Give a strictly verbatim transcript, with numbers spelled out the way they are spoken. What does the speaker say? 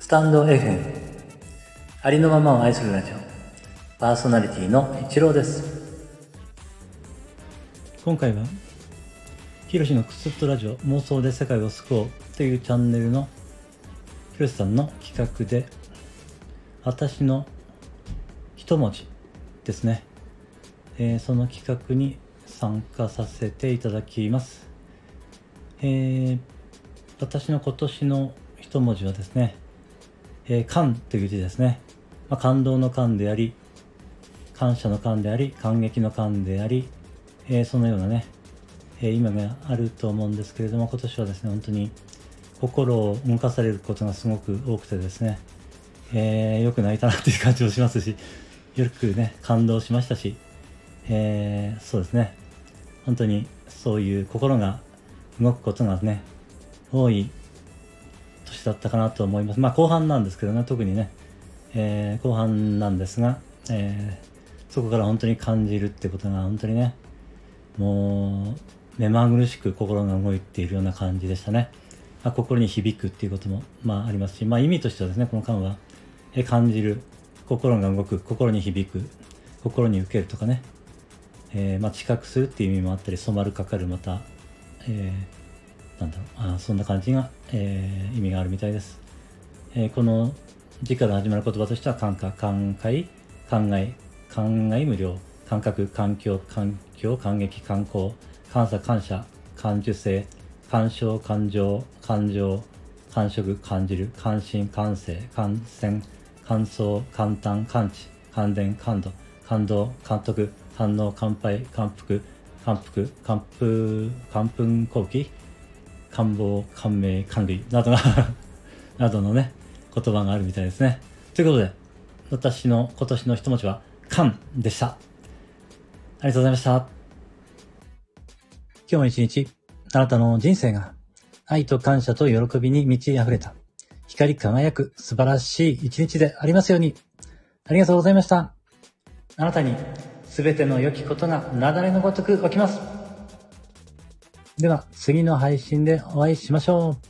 タンド エフエム ありのままを愛するラジオ、パーソナリティの一郎です。今回はひろしのクスッとラジオ、妄想で世界を救おうというチャンネルのひろしさんの企画で、私の一文字ですね、えー、その企画に参加させていただきます。えー、私の今年の一文字はですね、えー、感という字ですね。まあ、感動の感であり、感謝の感であり、感激の感であり、えー、そのようなね、えー、今があると思うんですけれども、今年はですね、本当に心を動かされることがすごく多くてですね、えー、よく泣いたなという感じもしますし、よくね、感動しましたし、えー、そうですね、本当にそういう心が動くことがね、多い年だったかなと思います。まあ後半なんですけどね、特にね、えー、後半なんですが、えー、そこから本当に感じるってことが本当にね、もう目まぐるしく心が動いているような感じでしたね。まあ、心に響くっていうこともまあありますし、まあ意味としてはですね、この感は、えー、感じる、心が動く、心に響く、心に受けるとかね、えー、まあ知覚するっていう意味もあったり、染まる、かかる、また、えーなんだろう、あ、そんな感じが、えー、意味があるみたいです。えー、この字から始まる言葉としては、感化、感慨、感慨、感慨無量、感覚、環境、環境、感激、感光、感謝、感謝、感受性、感傷、感情、感情、感触、感じる、感心、感性、感染、感想、感嘆、感知、感電、感動、感動、監督、感能、乾杯、感服、感服、感風、感奮好奇、感望、感銘、感類などがなどのね、言葉があるみたいですね。ということで、私の今年の一文字は感でした。ありがとうございました。今日も一日、あなたの人生が愛と感謝と喜びに満ち溢れた、光り輝く素晴らしい一日でありますように。ありがとうございました。あなたにすべての良きことが雪崩のごとく起きます。では次の配信でお会いしましょう。